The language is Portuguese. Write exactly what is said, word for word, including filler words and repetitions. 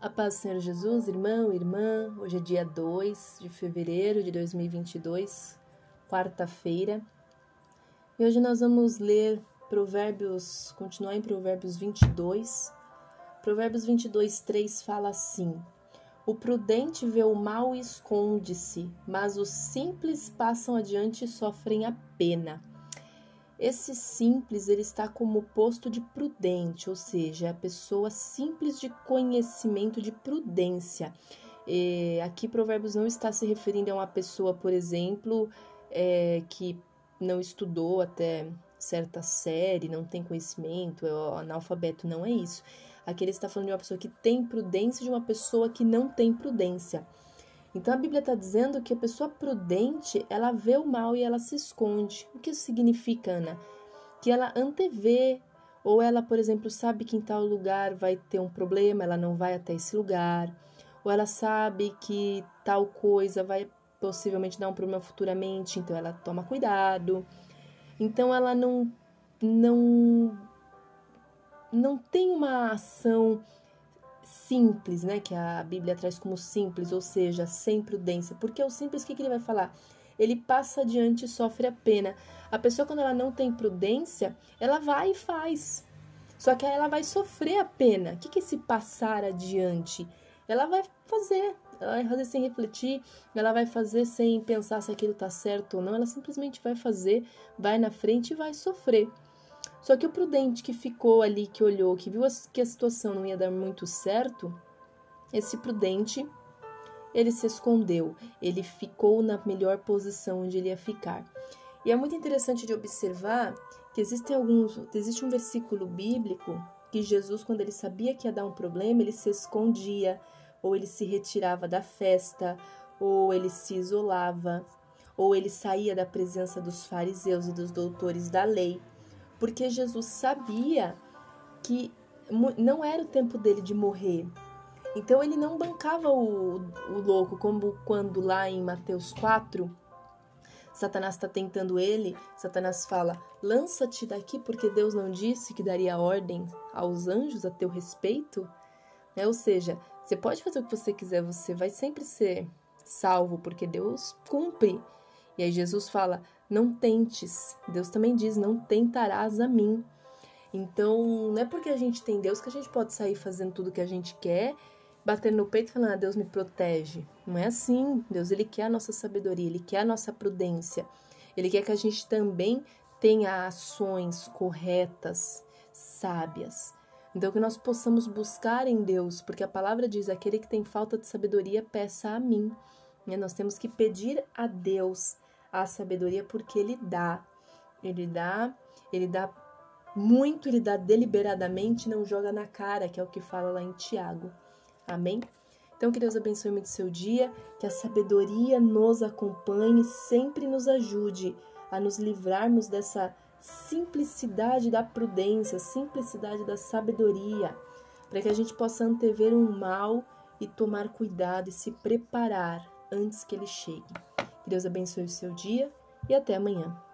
A paz do Senhor Jesus, irmão, irmã, hoje é dia dois de fevereiro de dois mil e vinte e dois, quarta-feira, e hoje nós vamos ler Provérbios, continuar em Provérbios vinte e dois. Provérbios vinte e dois, três fala assim: o prudente vê o mal e esconde-se, mas os simples passam adiante e sofrem a pena. Esse simples, ele está como oposto de prudente, ou seja, é a pessoa simples de conhecimento, de prudência. E aqui Provérbios não está se referindo a uma pessoa, por exemplo, é, que não estudou até certa série, não tem conhecimento, é analfabeto, não é isso. Aqui ele está falando de uma pessoa que tem prudência e de uma pessoa que não tem prudência. Então a Bíblia está dizendo que a pessoa prudente, ela vê o mal e ela se esconde. O que isso significa, Ana? Que ela antevê, ou ela, por exemplo, sabe que em tal lugar vai ter um problema, ela não vai até esse lugar, ou ela sabe que tal coisa vai possivelmente dar um problema futuramente, então ela toma cuidado. Então ela não, não, não tem uma ação simples, né, que a Bíblia traz como simples, ou seja, sem prudência, porque o simples, o que, que ele vai falar? Ele passa adiante e sofre a pena. A pessoa, quando ela não tem prudência, ela vai e faz, só que aí ela vai sofrer a pena. O que, que é esse passar adiante? Ela vai fazer, ela vai fazer sem refletir, ela vai fazer sem pensar se aquilo tá certo ou não, ela simplesmente vai fazer, vai na frente e vai sofrer. Só que o prudente que ficou ali, que olhou, que viu que a situação não ia dar muito certo, esse prudente, ele se escondeu, ele ficou na melhor posição onde ele ia ficar. E é muito interessante de observar que existem alguns, existe um versículo bíblico que Jesus, quando ele sabia que ia dar um problema, ele se escondia, ou ele se retirava da festa, ou ele se isolava, ou ele saía da presença dos fariseus e dos doutores da lei. Porque Jesus sabia que não era o tempo dele de morrer. Então ele não bancava o, o louco, como quando lá em Mateus quatro, Satanás está tentando ele, Satanás fala, lança-te daqui porque Deus não disse que daria ordem aos anjos a teu respeito? Né? Ou seja, você pode fazer o que você quiser, você vai sempre ser salvo, porque Deus cumpre. E aí Jesus fala, não tentes. Deus também diz, não tentarás a mim. Então, não é porque a gente tem Deus que a gente pode sair fazendo tudo que a gente quer, batendo no peito e falando, ah, Deus me protege. Não é assim. Deus, ele quer a nossa sabedoria, ele quer a nossa prudência. Ele quer que a gente também tenha ações corretas, sábias. Então, que nós possamos buscar em Deus, porque a palavra diz, aquele que tem falta de sabedoria, peça a mim. Nós temos que pedir a Deus a sabedoria, porque Ele dá. Ele dá, Ele dá muito, Ele dá deliberadamente, não joga na cara, que é o que fala lá em Tiago. Amém? Então, que Deus abençoe muito o seu dia, que a sabedoria nos acompanhe, sempre nos ajude a nos livrarmos dessa simplicidade da prudência, simplicidade da sabedoria, para que a gente possa antever um mal e tomar cuidado e se preparar antes que ele chegue. Que Deus abençoe o seu dia e até amanhã.